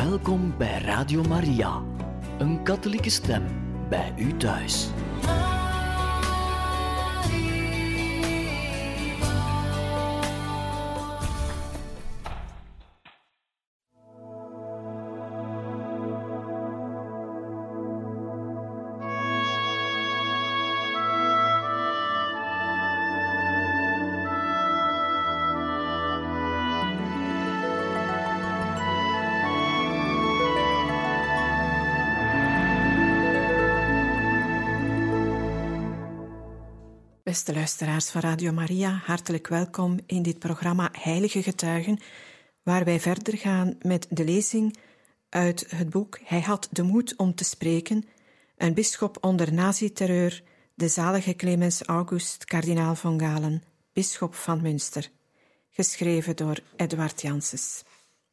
Welkom bij Radio Maria, een katholieke stem bij u thuis. Beste luisteraars van Radio Maria, hartelijk welkom in dit programma Heilige Getuigen, waar wij verder gaan met de lezing uit het boek Hij had de moed om te spreken, een bisschop onder nazi-terreur, de zalige Clemens August, kardinaal von Galen, bisschop van Münster, geschreven door Eduard Janssens.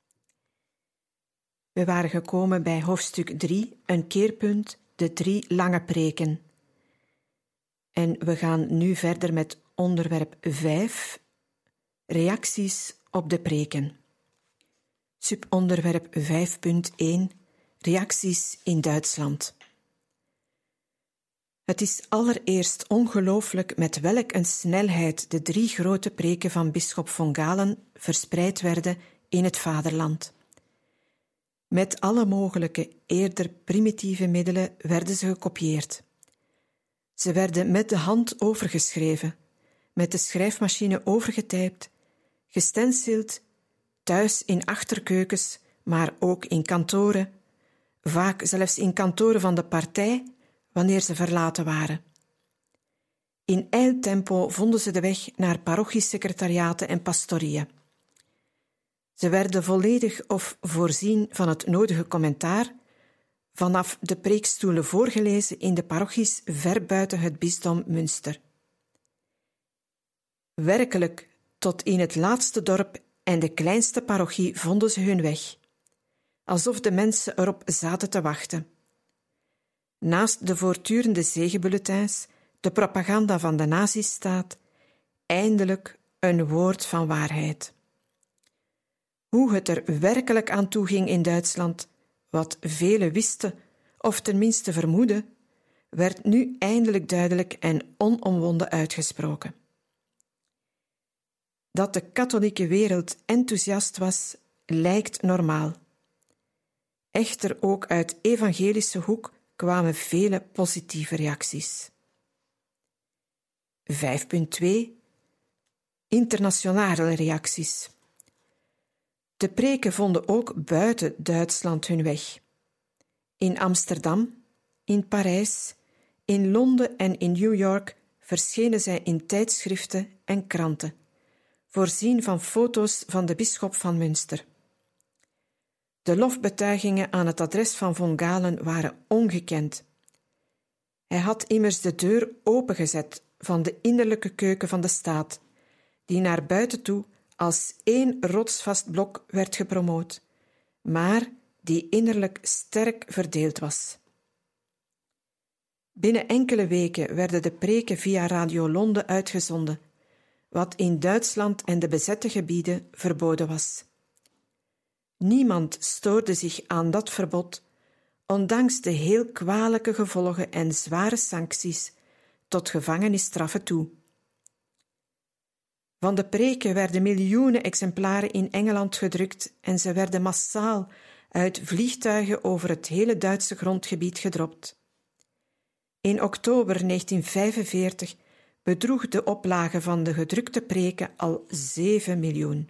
We waren gekomen bij hoofdstuk 3, een keerpunt, de 3 lange preken. En we gaan nu verder met onderwerp 5, reacties op de preken. Subonderwerp 5.1, reacties in Duitsland. Het is allereerst ongelooflijk met welk een snelheid de 3 grote preken van bisschop von Galen verspreid werden in het vaderland. Met alle mogelijke, eerder primitieve middelen werden ze gekopieerd. Ze werden met de hand overgeschreven, met de schrijfmachine overgetypt, gestencild, thuis in achterkeukens, maar ook in kantoren, vaak zelfs in kantoren van de partij, wanneer ze verlaten waren. In eiltempo vonden ze de weg naar parochiesecretariaten en pastorieën. Ze werden volledig of voorzien van het nodige commentaar, vanaf de preekstoelen voorgelezen in de parochies ver buiten het bisdom Münster. Werkelijk, tot in het laatste dorp en de kleinste parochie vonden ze hun weg, alsof de mensen erop zaten te wachten. Naast de voortdurende zegenbulletins, de propaganda van de nazistaat, eindelijk een woord van waarheid. Hoe het er werkelijk aan toe ging in Duitsland, wat velen wisten, of tenminste vermoeden, werd nu eindelijk duidelijk en onomwonden uitgesproken. Dat de katholieke wereld enthousiast was, lijkt normaal. Echter ook uit evangelische hoek kwamen vele positieve reacties. 5.2 Internationale reacties. De preken vonden ook buiten Duitsland hun weg. In Amsterdam, in Parijs, in Londen en in New York verschenen zij in tijdschriften en kranten, voorzien van foto's van de bisschop van Münster. De lofbetuigingen aan het adres van von Galen waren ongekend. Hij had immers de deur opengezet van de innerlijke keuken van de staat, die naar buiten toe als 1 rotsvast blok werd gepromoot, maar die innerlijk sterk verdeeld was. Binnen enkele weken werden de preken via Radio Londen uitgezonden, wat in Duitsland en de bezette gebieden verboden was. Niemand stoorde zich aan dat verbod, ondanks de heel kwalijke gevolgen en zware sancties tot gevangenisstraffen toe. Van de preken werden miljoenen exemplaren in Engeland gedrukt en ze werden massaal uit vliegtuigen over het hele Duitse grondgebied gedropt. In oktober 1945 bedroeg de oplage van de gedrukte preken al 7 miljoen.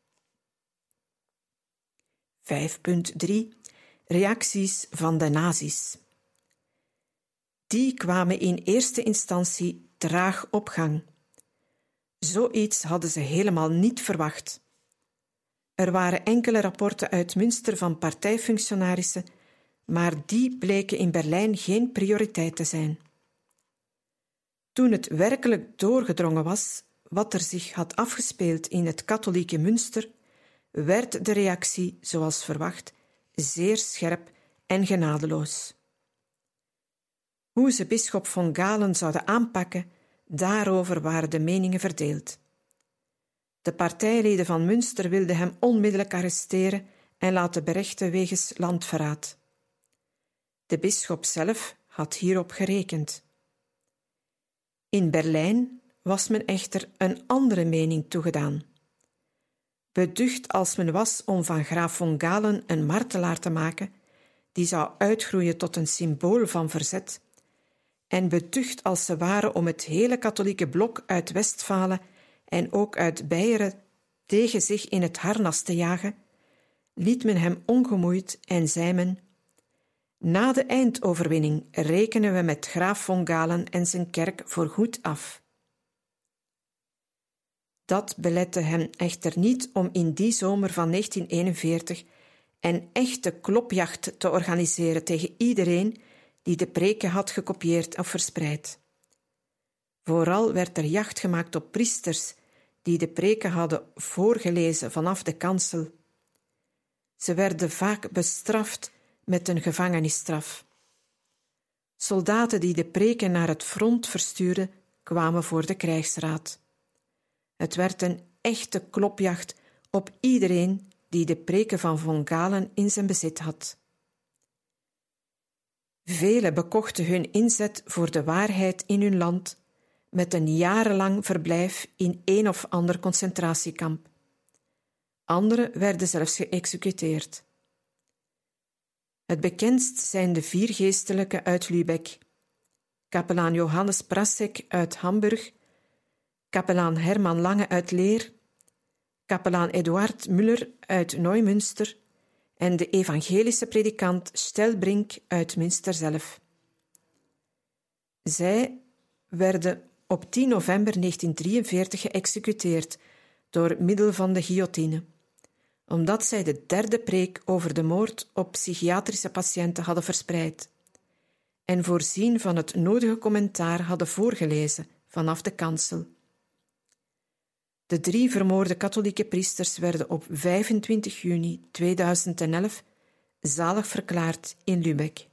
5.3 Reacties van de nazi's. Die kwamen in eerste instantie traag op gang. Zoiets hadden ze helemaal niet verwacht. Er waren enkele rapporten uit Münster van partijfunctionarissen, maar die bleken in Berlijn geen prioriteit te zijn. Toen het werkelijk doorgedrongen was wat er zich had afgespeeld in het katholieke Münster, werd de reactie, zoals verwacht, zeer scherp en genadeloos. Hoe ze bisschop von Galen zouden aanpakken, daarover waren de meningen verdeeld. De partijleden van Münster wilden hem onmiddellijk arresteren en laten berechten wegens landverraad. De bisschop zelf had hierop gerekend. In Berlijn was men echter een andere mening toegedaan. Beducht als men was om van graaf von Galen een martelaar te maken, die zou uitgroeien tot een symbool van verzet, en beducht als ze waren om het hele katholieke blok uit Westfalen en ook uit Beieren tegen zich in het harnas te jagen, liet men hem ongemoeid en zei men: na de eindoverwinning rekenen we met graaf von Galen en zijn kerk voorgoed af. Dat belette hem echter niet om in die zomer van 1941 een echte klopjacht te organiseren tegen iedereen die de preken had gekopieerd of verspreid. Vooral werd er jacht gemaakt op priesters die de preken hadden voorgelezen vanaf de kansel. Ze werden vaak bestraft met een gevangenisstraf. Soldaten die de preken naar het front verstuurden, kwamen voor de krijgsraad. Het werd een echte klopjacht op iedereen die de preken van von Galen in zijn bezit had. Velen bekochten hun inzet voor de waarheid in hun land met een jarenlang verblijf in een of ander concentratiekamp. Anderen werden zelfs geëxecuteerd. Het bekendst zijn de 4 geestelijken uit Lübeck: kapelaan Johannes Prasek uit Hamburg, kapelaan Herman Lange uit Leer, kapelaan Eduard Müller uit Neumünster en de evangelische predikant Stelbrink uit Münster zelf. Zij werden op 10 november 1943 geëxecuteerd door middel van de guillotine, omdat zij de 3e preek over de moord op psychiatrische patiënten hadden verspreid en voorzien van het nodige commentaar hadden voorgelezen vanaf de kansel. De 3 vermoorde katholieke priesters werden op 25 juni 2011 zalig verklaard in Lübeck.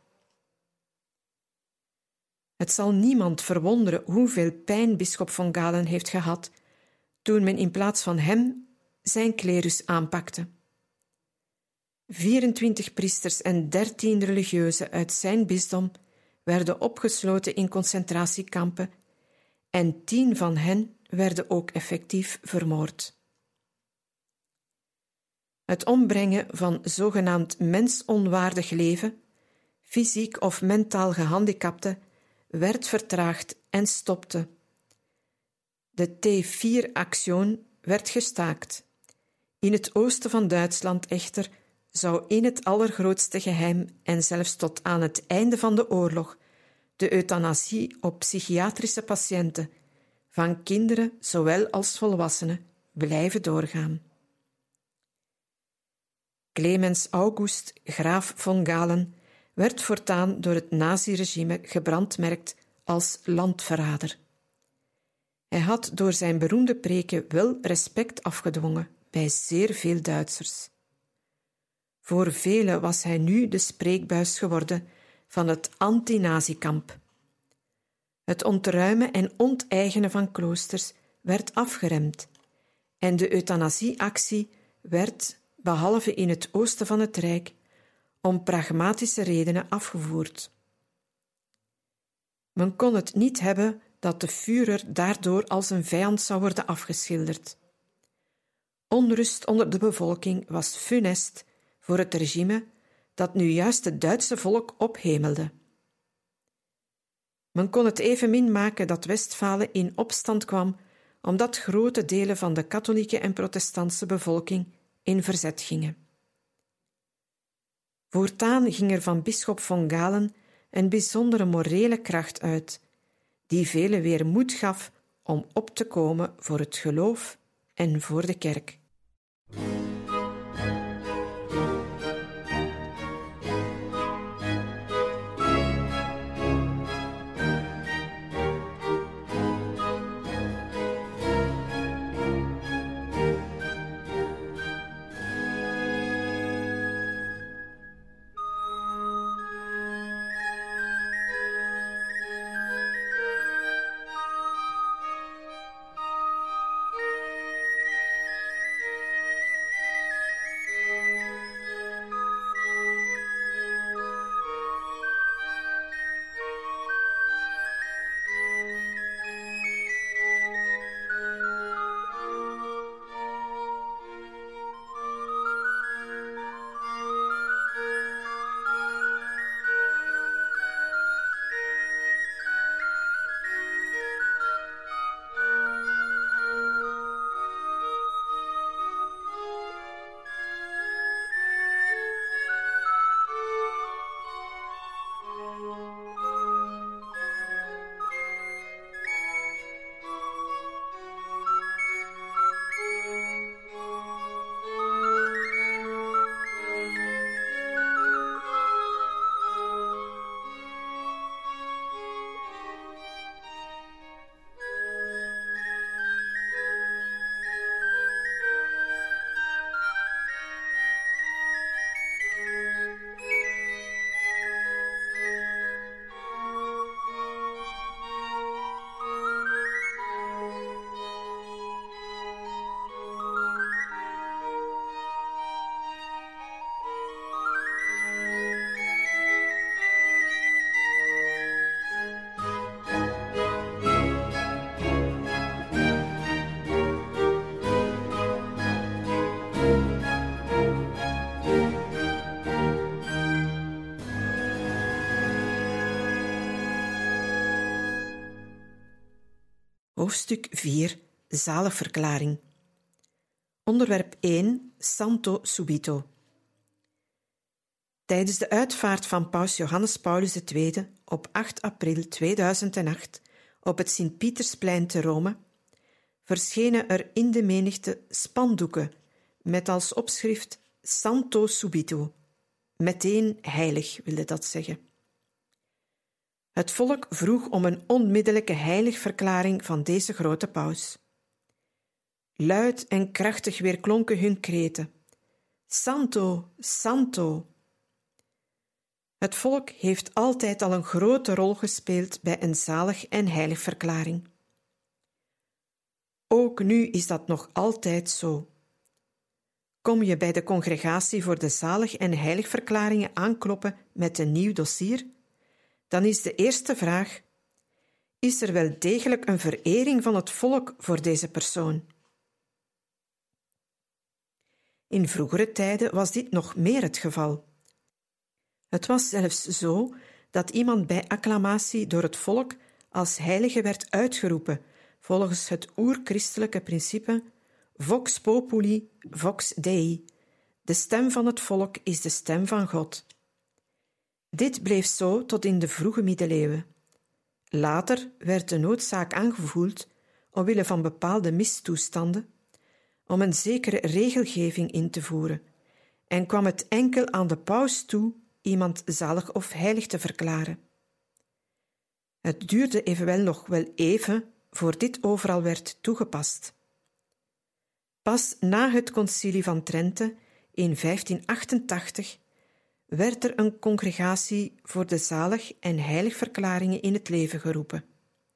Het zal niemand verwonderen hoeveel pijn bisschop von Galen heeft gehad toen men in plaats van hem zijn klerus aanpakte. 24 priesters en 13 religieuzen uit zijn bisdom werden opgesloten in concentratiekampen en 10 van hen werden ook effectief vermoord. Het ombrengen van zogenaamd mensonwaardig leven, fysiek of mentaal gehandicapten, werd vertraagd en stopte. De T4-actie werd gestaakt. In het oosten van Duitsland echter zou in het allergrootste geheim en zelfs tot aan het einde van de oorlog de euthanasie op psychiatrische patiënten, van kinderen zowel als volwassenen, blijven doorgaan. Clemens August, graaf von Galen, werd voortaan door het naziregime gebrandmerkt als landverrader. Hij had door zijn beroemde preken wel respect afgedwongen bij zeer veel Duitsers. Voor velen was hij nu de spreekbuis geworden van het anti-nazikamp. Het ontruimen en onteigenen van kloosters werd afgeremd en de euthanasieactie werd, behalve in het oosten van het Rijk, om pragmatische redenen afgevoerd. Men kon het niet hebben dat de Führer daardoor als een vijand zou worden afgeschilderd. Onrust onder de bevolking was funest voor het regime dat nu juist het Duitse volk ophemelde. Men kon het evenmin maken dat Westfalen in opstand kwam omdat grote delen van de katholieke en protestantse bevolking in verzet gingen. Voortaan ging er van bisschop von Galen een bijzondere morele kracht uit, die velen weer moed gaf om op te komen voor het geloof en voor de kerk. Hoofdstuk 4. Zaligverklaring. Onderwerp 1. Santo Subito. Tijdens de uitvaart van paus Johannes Paulus II op 8 april 2008 op het Sint-Pietersplein te Rome verschenen er in de menigte spandoeken met als opschrift Santo Subito, meteen heilig wilde dat zeggen. Het volk vroeg om een onmiddellijke heiligverklaring van deze grote paus. Luid en krachtig weerklonken hun kreten: Santo, Santo. Het volk heeft altijd al een grote rol gespeeld bij een zalig- en heiligverklaring. Ook nu is dat nog altijd zo. Kom je bij de congregatie voor de zalig- en heiligverklaringen aankloppen met een nieuw dossier, dan is de eerste vraag: is er wel degelijk een verering van het volk voor deze persoon? In vroegere tijden was dit nog meer het geval. Het was zelfs zo dat iemand bij acclamatie door het volk als heilige werd uitgeroepen, volgens het oerchristelijke principe Vox populi, vox Dei. De stem van het volk is de stem van God. Dit bleef zo tot in de vroege middeleeuwen. Later werd de noodzaak aangevoeld, omwille van bepaalde mistoestanden, om een zekere regelgeving in te voeren, en kwam het enkel aan de paus toe iemand zalig of heilig te verklaren. Het duurde evenwel nog wel even voor dit overal werd toegepast. Pas na het concilie van Trente in 1588 werd er een congregatie voor de zalig- en heiligverklaringen in het leven geroepen.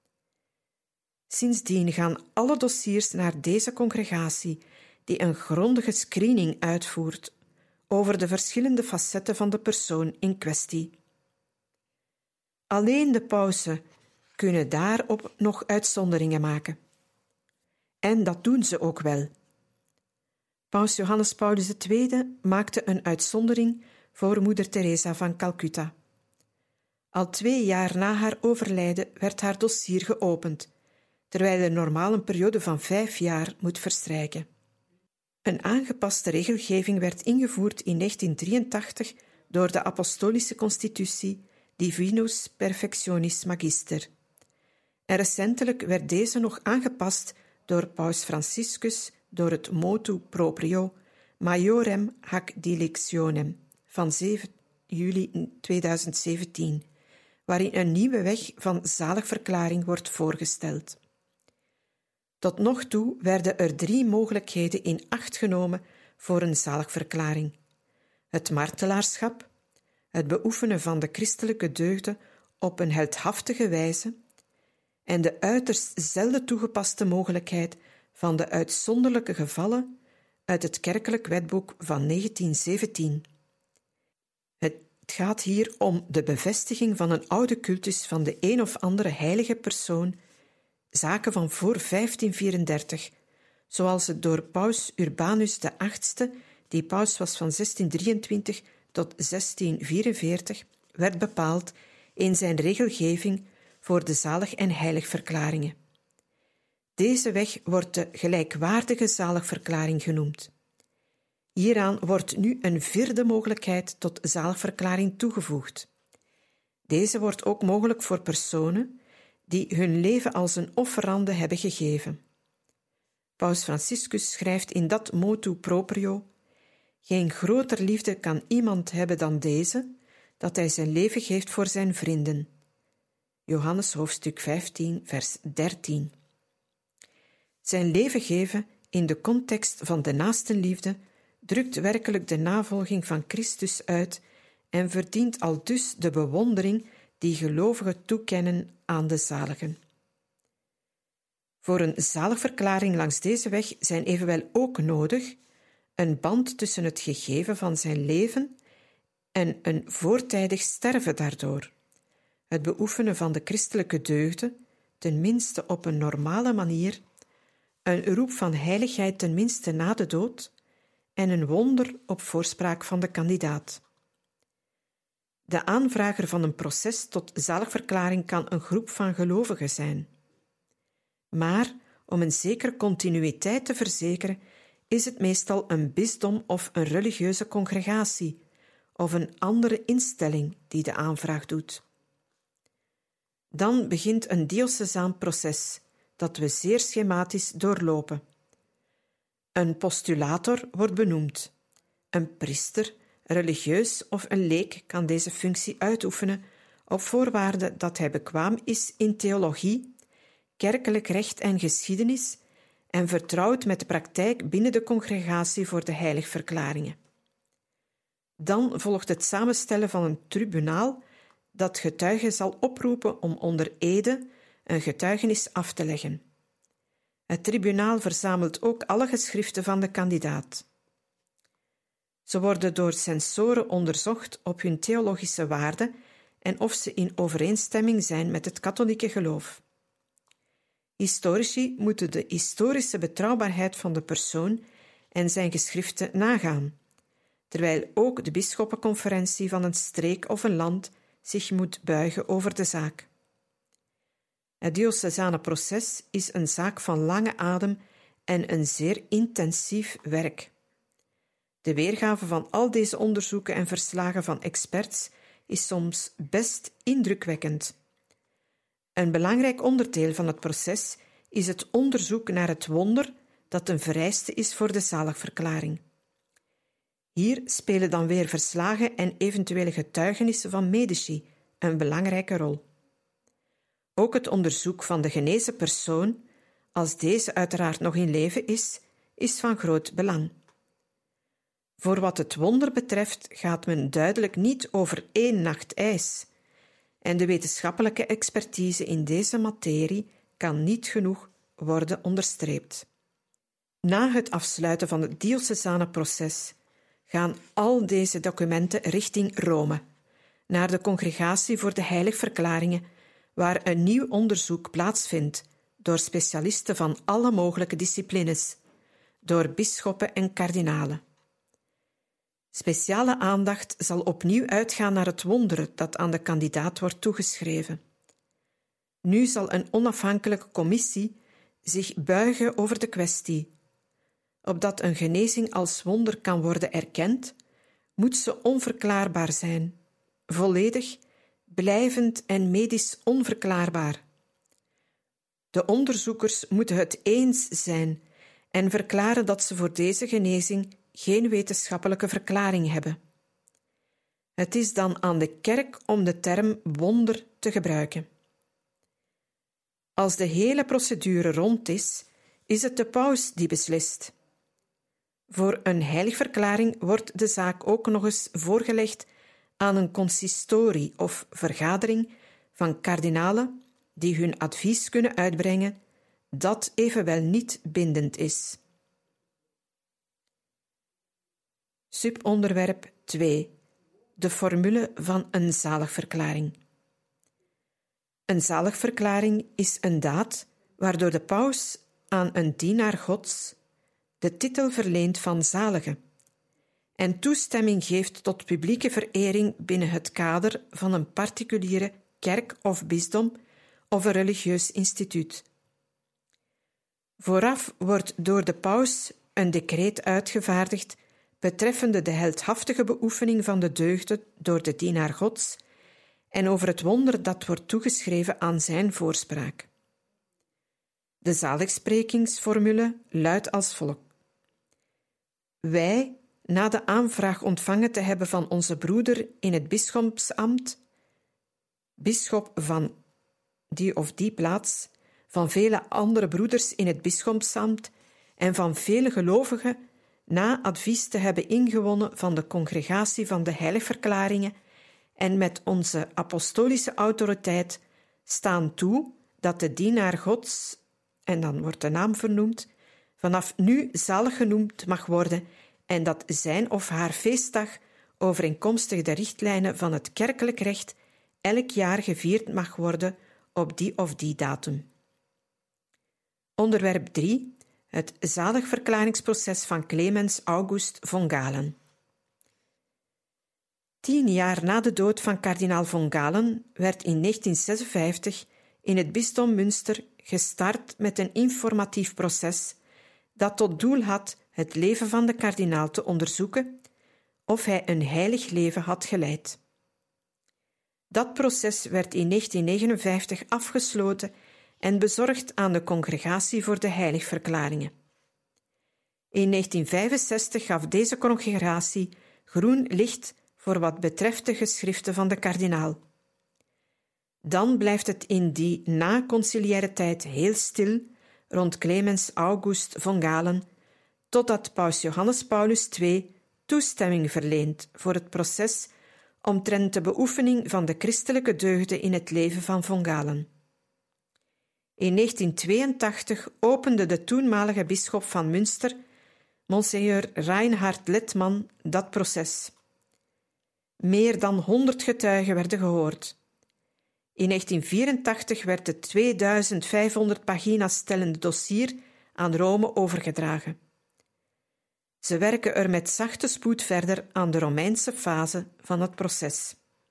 Sindsdien gaan alle dossiers naar deze congregatie, die een grondige screening uitvoert over de verschillende facetten van de persoon in kwestie. Alleen de pausen kunnen daarop nog uitzonderingen maken. En dat doen ze ook wel. Paus Johannes Paulus II maakte een uitzondering voor moeder Teresa van Calcutta. Al 2 jaar na haar overlijden werd haar dossier geopend, terwijl er normaal een periode van 5 jaar moet verstrijken. Een aangepaste regelgeving werd ingevoerd in 1983 door de Apostolische Constitutie Divinus Perfectionis Magister. En recentelijk werd deze nog aangepast door Paus Franciscus door het motu proprio Maiorem hac dilectionem van 7 juli 2017, waarin een nieuwe weg van zaligverklaring wordt voorgesteld. Tot nog toe werden er 3 mogelijkheden in acht genomen voor een zaligverklaring: het martelaarschap, het beoefenen van de christelijke deugden op een heldhaftige wijze en de uiterst zelden toegepaste mogelijkheid van de uitzonderlijke gevallen uit het kerkelijk wetboek van 1917. Het gaat hier om de bevestiging van een oude cultus van de een of andere heilige persoon, zaken van voor 1534, zoals het door paus Urbanus VIII, die paus was van 1623 tot 1644, werd bepaald in zijn regelgeving voor de zalig- en heiligverklaringen. Deze weg wordt de gelijkwaardige zaligverklaring genoemd. Hieraan wordt nu een 4e mogelijkheid tot zaligverklaring toegevoegd. Deze wordt ook mogelijk voor personen die hun leven als een offerande hebben gegeven. Paus Franciscus schrijft in dat motu proprio: geen groter liefde kan iemand hebben dan deze, dat hij zijn leven geeft voor zijn vrienden. Johannes hoofdstuk 15, vers 13. Zijn leven geven in de context van de naastenliefde drukt werkelijk de navolging van Christus uit en verdient aldus de bewondering die gelovigen toekennen aan de zaligen. Voor een zaligverklaring langs deze weg zijn evenwel ook nodig een band tussen het gegeven van zijn leven en een voortijdig sterven daardoor, het beoefenen van de christelijke deugden, ten minste op een normale manier, een roep van heiligheid ten minste na de dood en een wonder op voorspraak van de kandidaat. De aanvrager van een proces tot zaligverklaring kan een groep van gelovigen zijn. Maar om een zekere continuïteit te verzekeren, is het meestal een bisdom of een religieuze congregatie of een andere instelling die de aanvraag doet. Dan begint een diocesaan proces, dat we zeer schematisch doorlopen. Een postulator wordt benoemd. Een priester, religieus of een leek kan deze functie uitoefenen op voorwaarde dat hij bekwaam is in theologie, kerkelijk recht en geschiedenis en vertrouwd met de praktijk binnen de congregatie voor de heiligverklaringen. Dan volgt het samenstellen van een tribunaal dat getuigen zal oproepen om onder ede een getuigenis af te leggen. Het tribunaal verzamelt ook alle geschriften van de kandidaat. Ze worden door censoren onderzocht op hun theologische waarde en of ze in overeenstemming zijn met het katholieke geloof. Historici moeten de historische betrouwbaarheid van de persoon en zijn geschriften nagaan, terwijl ook de bisschoppenconferentie van een streek of een land zich moet buigen over de zaak. Het diocesane proces is een zaak van lange adem en een zeer intensief werk. De weergave van al deze onderzoeken en verslagen van experts is soms best indrukwekkend. Een belangrijk onderdeel van het proces is het onderzoek naar het wonder dat een vereiste is voor de zaligverklaring. Hier spelen dan weer verslagen en eventuele getuigenissen van medici een belangrijke rol. Ook het onderzoek van de genezen persoon, als deze uiteraard nog in leven is van groot belang. Voor wat het wonder betreft gaat men duidelijk niet over 1 nacht ijs, en de wetenschappelijke expertise in deze materie kan niet genoeg worden onderstreept. Na het afsluiten van het diocesane proces gaan al deze documenten richting Rome, naar de Congregatie voor de Heiligverklaringen, waar een nieuw onderzoek plaatsvindt door specialisten van alle mogelijke disciplines, door bisschoppen en kardinalen. Speciale aandacht zal opnieuw uitgaan naar het wonder dat aan de kandidaat wordt toegeschreven. Nu zal een onafhankelijke commissie zich buigen over de kwestie. Opdat een genezing als wonder kan worden erkend, moet ze onverklaarbaar zijn, volledig, blijvend en medisch onverklaarbaar. De onderzoekers moeten het eens zijn en verklaren dat ze voor deze genezing geen wetenschappelijke verklaring hebben. Het is dan aan de kerk om de term wonder te gebruiken. Als de hele procedure rond is het de paus die beslist. Voor een heiligverklaring wordt de zaak ook nog eens voorgelegd aan een consistorie of vergadering van kardinalen die hun advies kunnen uitbrengen, dat evenwel niet bindend is. Subonderwerp 2. De formule van een zaligverklaring. Een zaligverklaring is een daad waardoor de paus aan een dienaar Gods de titel verleent van zalige en toestemming geeft tot publieke verering binnen het kader van een particuliere kerk of bisdom of een religieus instituut. Vooraf wordt door de paus een decreet uitgevaardigd betreffende de heldhaftige beoefening van de deugden door de dienaar Gods en over het wonder dat wordt toegeschreven aan zijn voorspraak. De zaligsprekingsformule luidt als volgt. Wij, na de aanvraag ontvangen te hebben van onze broeder in het bisschopsambt, bisschop van die of die plaats, van vele andere broeders in het bisschopsambt en van vele gelovigen, na advies te hebben ingewonnen van de Congregatie van de Heiligverklaringen en met onze apostolische autoriteit staan toe dat de dienaar Gods, en dan wordt de naam vernoemd, vanaf nu zalig genoemd mag worden en dat zijn of haar feestdag overeenkomstig de richtlijnen van het kerkelijk recht elk jaar gevierd mag worden op die of die datum. Onderwerp 3. het zaligverklaringsproces van Clemens August von Galen. 10 jaar na de dood van kardinaal von Galen werd in 1956 in het bisdom Münster gestart met een informatief proces dat tot doel had het leven van de kardinaal te onderzoeken of hij een heilig leven had geleid. Dat proces werd in 1959 afgesloten en bezorgd aan de Congregatie voor de Heiligverklaringen. In 1965 gaf deze congregatie groen licht voor wat betreft de geschriften van de kardinaal. Dan blijft het in die na-conciliaire tijd heel stil rond Clemens August von Galen, totdat paus Johannes Paulus II toestemming verleent voor het proces omtrent de beoefening van de christelijke deugden in het leven van von Galen. In 1982 opende de toenmalige bisschop van Münster, Monseigneur Reinhard Lettmann, dat proces. Meer dan 100 getuigen werden gehoord. In 1984 werd het 2500 pagina's tellende dossier aan Rome overgedragen. Ze werken er met zachte spoed verder aan de Romeinse fase van het proces.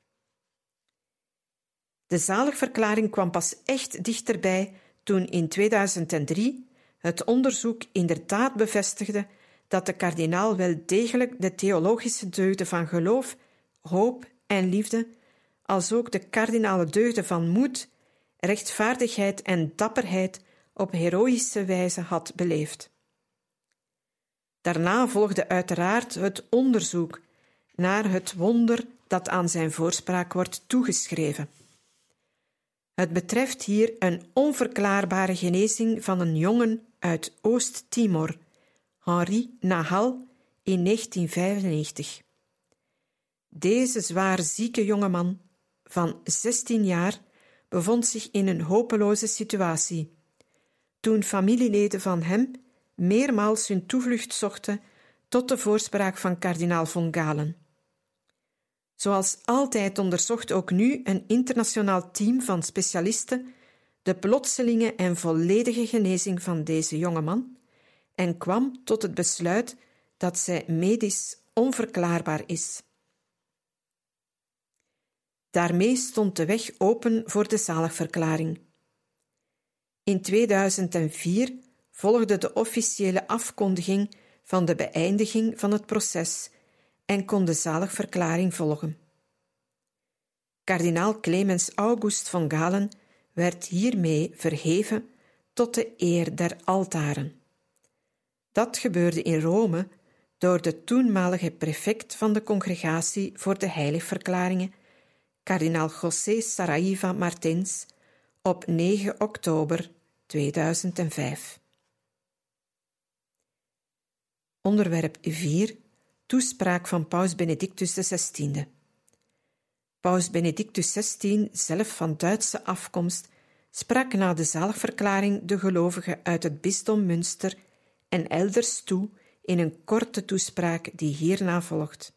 De zaligverklaring kwam pas echt dichterbij toen in 2003 het onderzoek inderdaad bevestigde dat de kardinaal wel degelijk de theologische deugden van geloof, hoop en liefde, als ook de kardinale deugden van moed, rechtvaardigheid en dapperheid op heroïsche wijze had beleefd. Daarna volgde uiteraard het onderzoek naar het wonder dat aan zijn voorspraak wordt toegeschreven. Het betreft hier een onverklaarbare genezing van een jongen uit Oost-Timor, Henri Nahal, in 1995. Deze zwaar zieke jongeman van 16 jaar bevond zich in een hopeloze situatie, toen familieleden van hem meermaals hun toevlucht zochten tot de voorspraak van kardinaal von Galen. Zoals altijd onderzocht ook nu een internationaal team van specialisten de plotselinge en volledige genezing van deze jongeman en kwam tot het besluit dat zij medisch onverklaarbaar is. Daarmee stond de weg open voor de zaligverklaring. In 2004 volgde de officiële afkondiging van de beëindiging van het proces en kon de zaligverklaring volgen. Kardinaal Clemens August von Galen werd hiermee verheven tot de eer der altaren. Dat gebeurde in Rome door de toenmalige prefect van de Congregatie voor de Heiligverklaringen, kardinaal José Saraiva Martins, op 9 oktober 2005. Onderwerp 4. Toespraak van paus Benedictus XVI. Paus Benedictus XVI, zelf van Duitse afkomst, sprak na de zaligverklaring de gelovigen uit het bisdom Münster en elders toe in een korte toespraak die hierna volgt.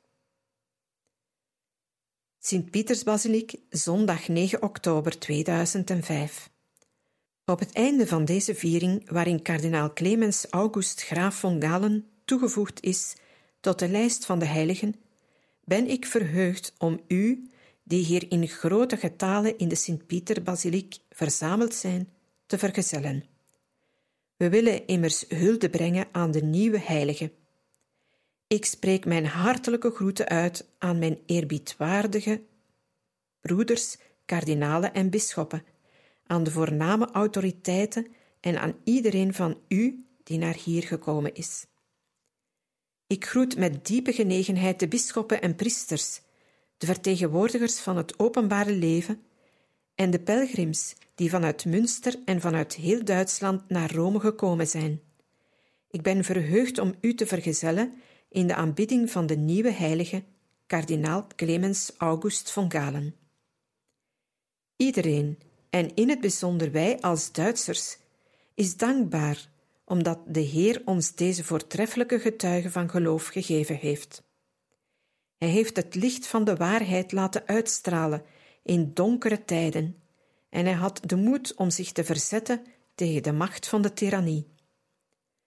Sint-Pietersbasiliek, zondag 9 oktober 2005. Op het einde van deze viering, waarin kardinaal Clemens August graaf von Galen toegevoegd is tot de lijst van de heiligen, ben ik verheugd om u, die hier in grote getale in de Sint-Pieter-basiliek verzameld zijn, te vergezellen. We willen immers hulde brengen aan de nieuwe heilige. Ik spreek mijn hartelijke groeten uit aan mijn eerbiedwaardige broeders, kardinalen en bisschoppen, aan de voorname autoriteiten en aan iedereen van u die naar hier gekomen is. Ik groet met diepe genegenheid de bisschoppen en priesters, de vertegenwoordigers van het openbare leven en de pelgrims die vanuit Münster en vanuit heel Duitsland naar Rome gekomen zijn. Ik ben verheugd om u te vergezellen in de aanbidding van de nieuwe heilige, kardinaal Clemens August von Galen. Iedereen, en in het bijzonder wij als Duitsers, is dankbaar omdat de Heer ons deze voortreffelijke getuige van geloof gegeven heeft. Hij heeft het licht van de waarheid laten uitstralen in donkere tijden en hij had de moed om zich te verzetten tegen de macht van de tirannie.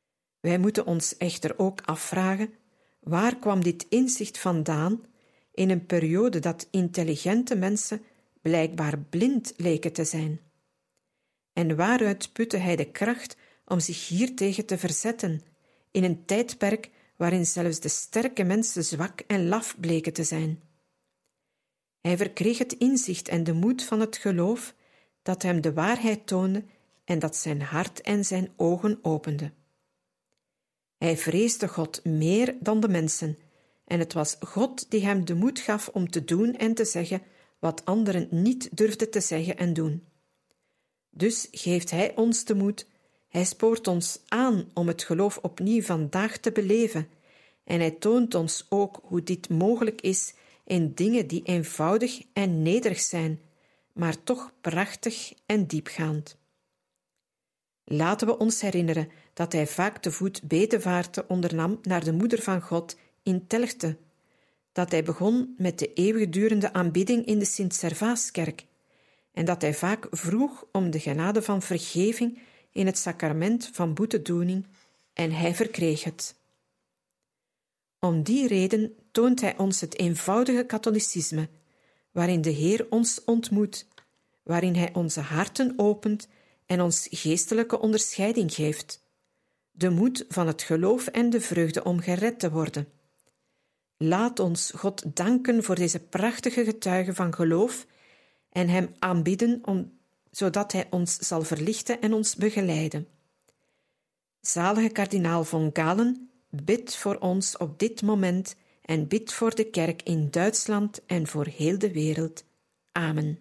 Wij moeten ons echter ook afvragen, waar kwam dit inzicht vandaan in een periode dat intelligente mensen blijkbaar blind leken te zijn? En waaruit putte hij de kracht om zich hiertegen te verzetten, in een tijdperk waarin zelfs de sterke mensen zwak en laf bleken te zijn? Hij verkreeg het inzicht en de moed van het geloof dat hem de waarheid toonde en dat zijn hart en zijn ogen opende. Hij vreesde God meer dan de mensen, en het was God die hem de moed gaf om te doen en te zeggen wat anderen niet durfden te zeggen en doen. Dus geeft hij ons de moed, hij spoort ons aan om het geloof opnieuw vandaag te beleven, en hij toont ons ook hoe dit mogelijk is in dingen die eenvoudig en nederig zijn, maar toch prachtig en diepgaand. Laten we ons herinneren dat hij vaak te voet bedevaarten ondernam naar de moeder van God in Telgte, dat hij begon met de eeuwigdurende aanbidding in de Sint-Servaaskerk en dat hij vaak vroeg om de genade van vergeving in het sacrament van boetedoening en hij verkreeg het. Om die reden toont hij ons het eenvoudige katholicisme, waarin de Heer ons ontmoet, waarin hij onze harten opent en ons geestelijke onderscheiding geeft, de moed van het geloof en de vreugde om gered te worden. Laat ons God danken voor deze prachtige getuige van geloof en hem aanbidden zodat hij ons zal verlichten en ons begeleiden. Zalige kardinaal von Galen, bid voor ons op dit moment en bid voor de kerk in Duitsland en voor heel de wereld. Amen.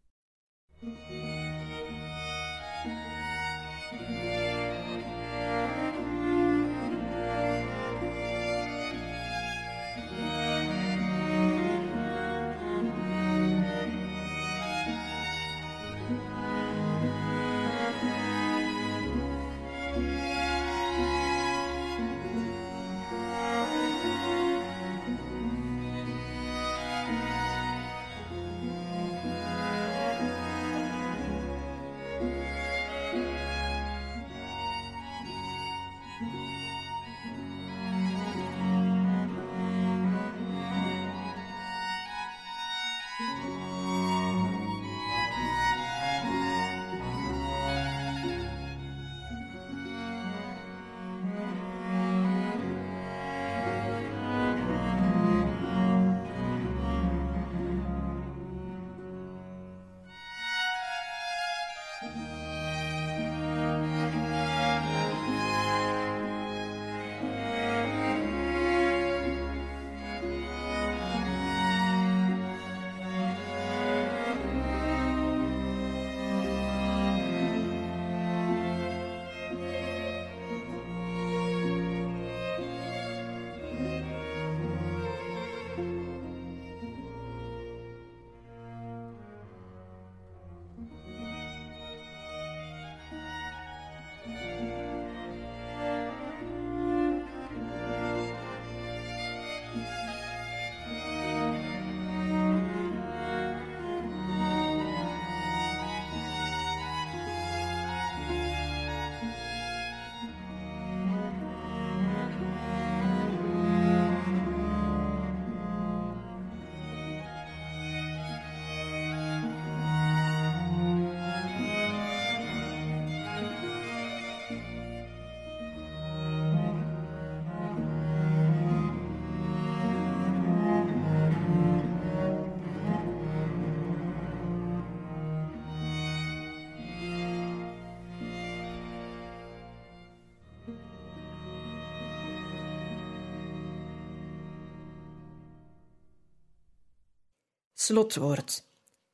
Slotwoord.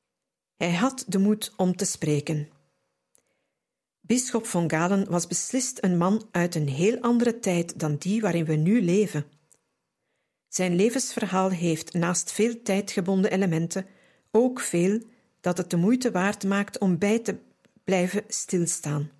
Hij had de moed om te spreken. Bisschop von Galen was beslist een man uit een heel andere tijd dan die waarin we nu leven. Zijn levensverhaal heeft naast veel tijdgebonden elementen ook veel dat het de moeite waard maakt om bij te blijven stilstaan.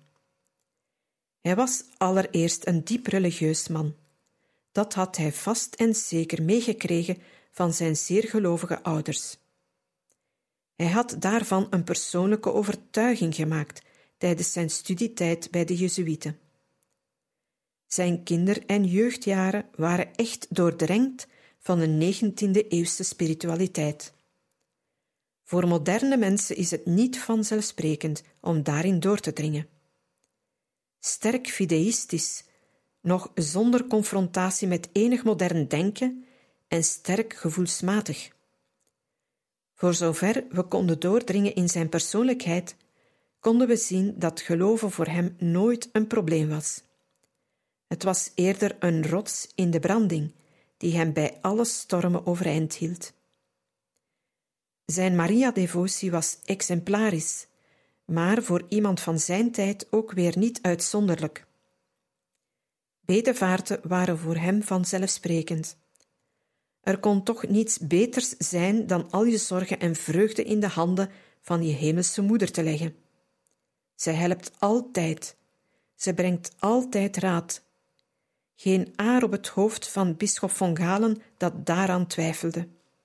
Hij was allereerst een diep religieus man. Dat had hij vast en zeker meegekregen van zijn zeer gelovige ouders. Hij had daarvan een persoonlijke overtuiging gemaakt tijdens zijn studietijd bij de Jezuïeten. Zijn kinder- en jeugdjaren waren echt doordrenkt van een 19e-eeuwse spiritualiteit. Voor moderne mensen is het niet vanzelfsprekend om daarin door te dringen. Sterk fideistisch, nog zonder confrontatie met enig modern denken en sterk gevoelsmatig. Voor zover we konden doordringen in zijn persoonlijkheid, konden we zien dat geloven voor hem nooit een probleem was. Het was eerder een rots in de branding, die hem bij alle stormen overeind hield. Zijn Maria-devotie was exemplarisch, maar voor iemand van zijn tijd ook weer niet uitzonderlijk. Bedevaarten waren voor hem vanzelfsprekend. Er kon toch niets beters zijn dan al je zorgen en vreugde in de handen van je hemelse moeder te leggen. Zij helpt altijd. Ze brengt altijd raad. Geen aar op het hoofd van bisschop von Galen dat daaraan twijfelde.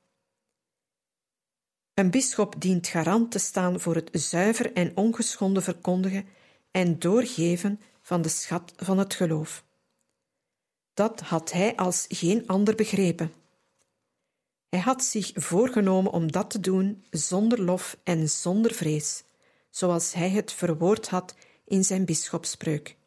Een bisschop dient garant te staan voor het zuiver en ongeschonden verkondigen en doorgeven van de schat van het geloof. Dat had hij als geen ander begrepen. Hij had zich voorgenomen om dat te doen zonder lof en zonder vrees, zoals hij het verwoord had in zijn bisschopspreuk.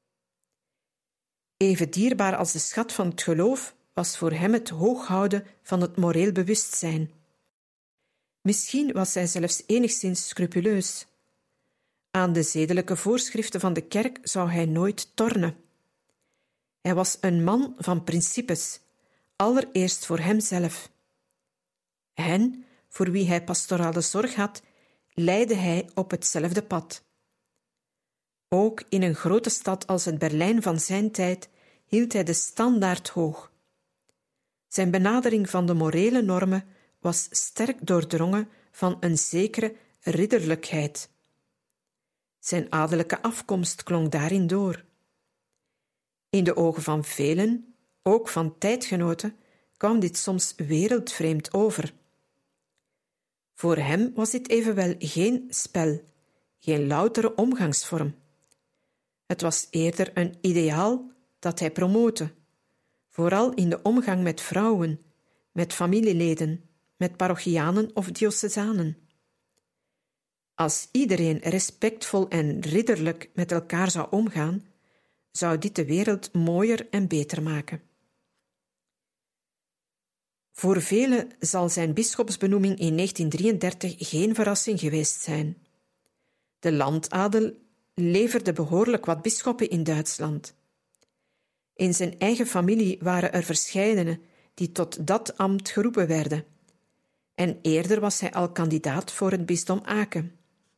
Even dierbaar als de schat van het geloof was voor hem het hooghouden van het moreel bewustzijn. Misschien was hij zelfs enigszins scrupuleus. Aan de zedelijke voorschriften van de kerk zou hij nooit tornen. Hij was een man van principes, allereerst voor hemzelf. Hen, voor wie hij pastorale zorg had, leidde hij op hetzelfde pad. Ook in een grote stad als het Berlijn van zijn tijd hield hij de standaard hoog. Zijn benadering van de morele normen was sterk doordrongen van een zekere ridderlijkheid. Zijn adellijke afkomst klonk daarin door. In de ogen van velen, ook van tijdgenoten, kwam dit soms wereldvreemd over. Voor hem was dit evenwel geen spel, geen loutere omgangsvorm. Het was eerder een ideaal dat hij promote, vooral in de omgang met vrouwen, met familieleden, met parochianen of diocesanen. Als iedereen respectvol en ridderlijk met elkaar zou omgaan, zou dit de wereld mooier en beter maken. Voor velen zal zijn bisschopsbenoeming in 1933 geen verrassing geweest zijn. De landadel leverde behoorlijk wat bisschoppen in Duitsland. In zijn eigen familie waren er verscheidene die tot dat ambt geroepen werden, en eerder was hij al kandidaat voor het bisdom Aken.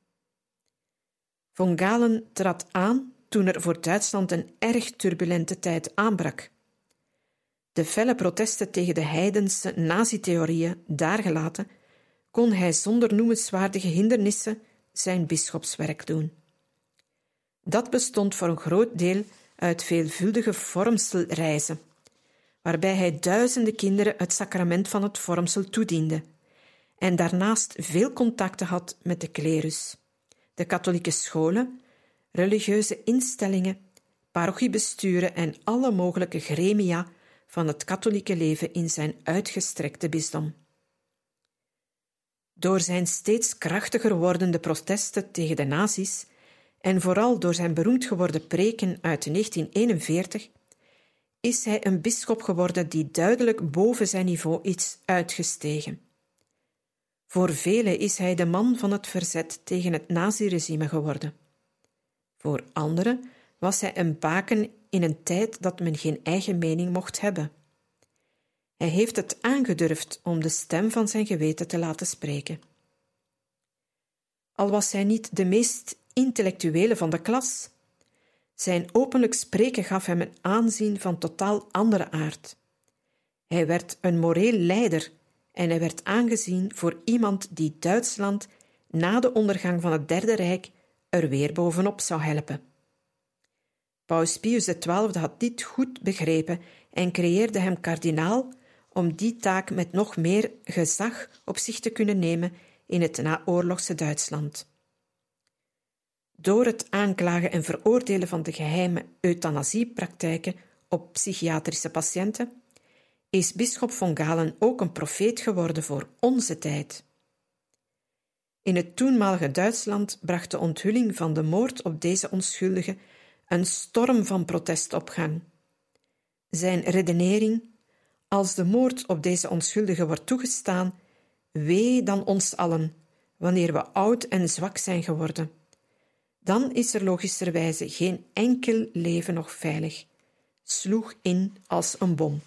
Von Galen trad aan toen er voor Duitsland een erg turbulente tijd aanbrak. De felle protesten tegen de heidense nazi-theorieën daargelaten, kon hij zonder noemenswaardige hindernissen zijn bisschopswerk doen. Dat bestond voor een groot deel uit veelvuldige vormselreizen, waarbij hij duizenden kinderen het sacrament van het vormsel toediende en daarnaast veel contacten had met de klerus, de katholieke scholen, religieuze instellingen, parochiebesturen en alle mogelijke gremia van het katholieke leven in zijn uitgestrekte bisdom. Door zijn steeds krachtiger wordende protesten tegen de nazi's en vooral door zijn beroemd geworden preken uit 1941 is hij een bisschop geworden die duidelijk boven zijn niveau is uitgestegen. Voor velen is hij de man van het verzet tegen het naziregime geworden. Voor anderen was hij een baken in een tijd dat men geen eigen mening mocht hebben. Hij heeft het aangedurfd om de stem van zijn geweten te laten spreken. Al was hij niet de meest intellectuele van de klas, zijn openlijk spreken gaf hem een aanzien van totaal andere aard. Hij werd een moreel leider en hij werd aangezien voor iemand die Duitsland na de ondergang van het Derde Rijk er weer bovenop zou helpen. Paus Pius XII had dit goed begrepen en creëerde hem kardinaal om die taak met nog meer gezag op zich te kunnen nemen in het naoorlogse Duitsland. door het aanklagen en veroordelen van de geheime euthanasiepraktijken op psychiatrische patiënten, is bisschop von Galen ook een profeet geworden voor onze tijd. In het toenmalige Duitsland bracht de onthulling van de moord op deze onschuldige een storm van protest op gang. Zijn redenering: als de moord op deze onschuldige wordt toegestaan, wee dan ons allen, wanneer we oud en zwak zijn geworden. Dan is er logischerwijze geen enkel leven nog veilig, sloeg in als een bom.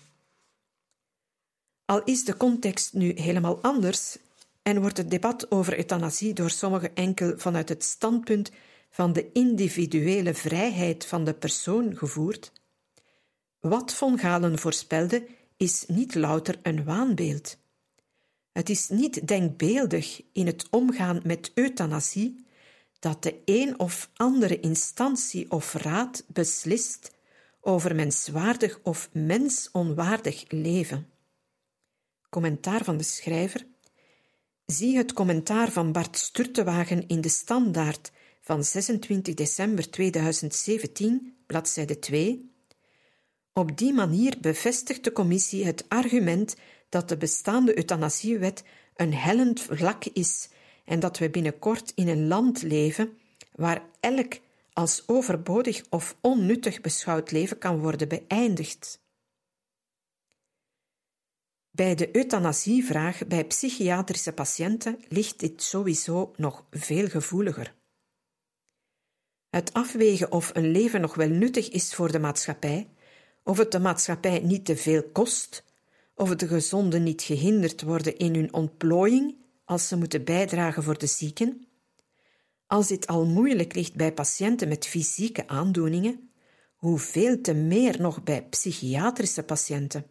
Al is de context nu helemaal anders en wordt het debat over euthanasie door sommigen enkel vanuit het standpunt van de individuele vrijheid van de persoon gevoerd, wat von Galen voorspelde is niet louter een waanbeeld. Het is niet denkbeeldig in het omgaan met euthanasie dat de een of andere instantie of raad beslist over menswaardig of mensonwaardig leven. Commentaar van de schrijver. Zie het commentaar van Bart Sturtewagen in de Standaard van 26 december 2017, bladzijde 2. Op die manier bevestigt de commissie het argument dat de bestaande euthanasiewet een hellend vlak is en dat we binnenkort in een land leven waar elk als overbodig of onnuttig beschouwd leven kan worden beëindigd. Bij de euthanasievraag bij psychiatrische patiënten ligt dit sowieso nog veel gevoeliger. Het afwegen of een leven nog wel nuttig is voor de maatschappij, of het de maatschappij niet te veel kost, of de gezonden niet gehinderd worden in hun ontplooiing als ze moeten bijdragen voor de zieken. Als dit al moeilijk ligt bij patiënten met fysieke aandoeningen, hoeveel te meer nog bij psychiatrische patiënten.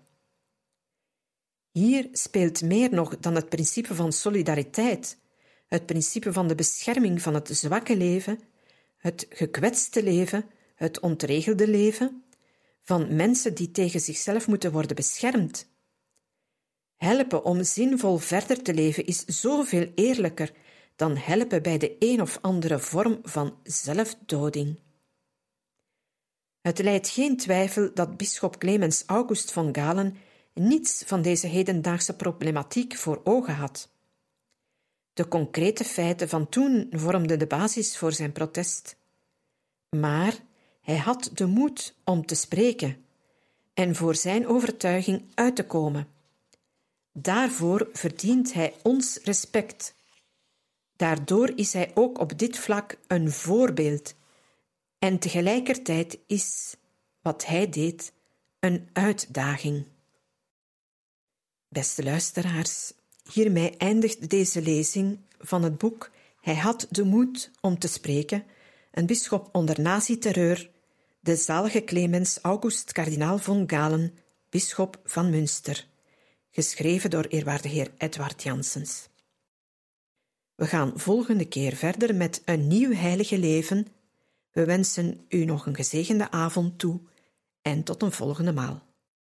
Hier speelt meer nog dan het principe van solidariteit, het principe van de bescherming van het zwakke leven, het gekwetste leven, het ontregelde leven, van mensen die tegen zichzelf moeten worden beschermd. Helpen om zinvol verder te leven is zoveel eerlijker dan helpen bij de een of andere vorm van zelfdoding. Het lijdt geen twijfel dat bisschop Clemens August von Galen niets van deze hedendaagse problematiek voor ogen had. De concrete feiten van toen vormden de basis voor zijn protest. Maar hij had de moed om te spreken en voor zijn overtuiging uit te komen. Daarvoor verdient hij ons respect. Daardoor is hij ook op dit vlak een voorbeeld en tegelijkertijd is wat hij deed een uitdaging. Beste luisteraars, hiermee eindigt deze lezing van het boek Hij had de moed om te spreken, een bisschop onder nazi-terreur, de zalige Clemens August kardinaal von Galen, bisschop van Münster, geschreven door eerwaarde heer Edward Janssens. We gaan volgende keer verder met een nieuw heilige leven. We wensen u nog een gezegende avond toe en tot een volgende maal.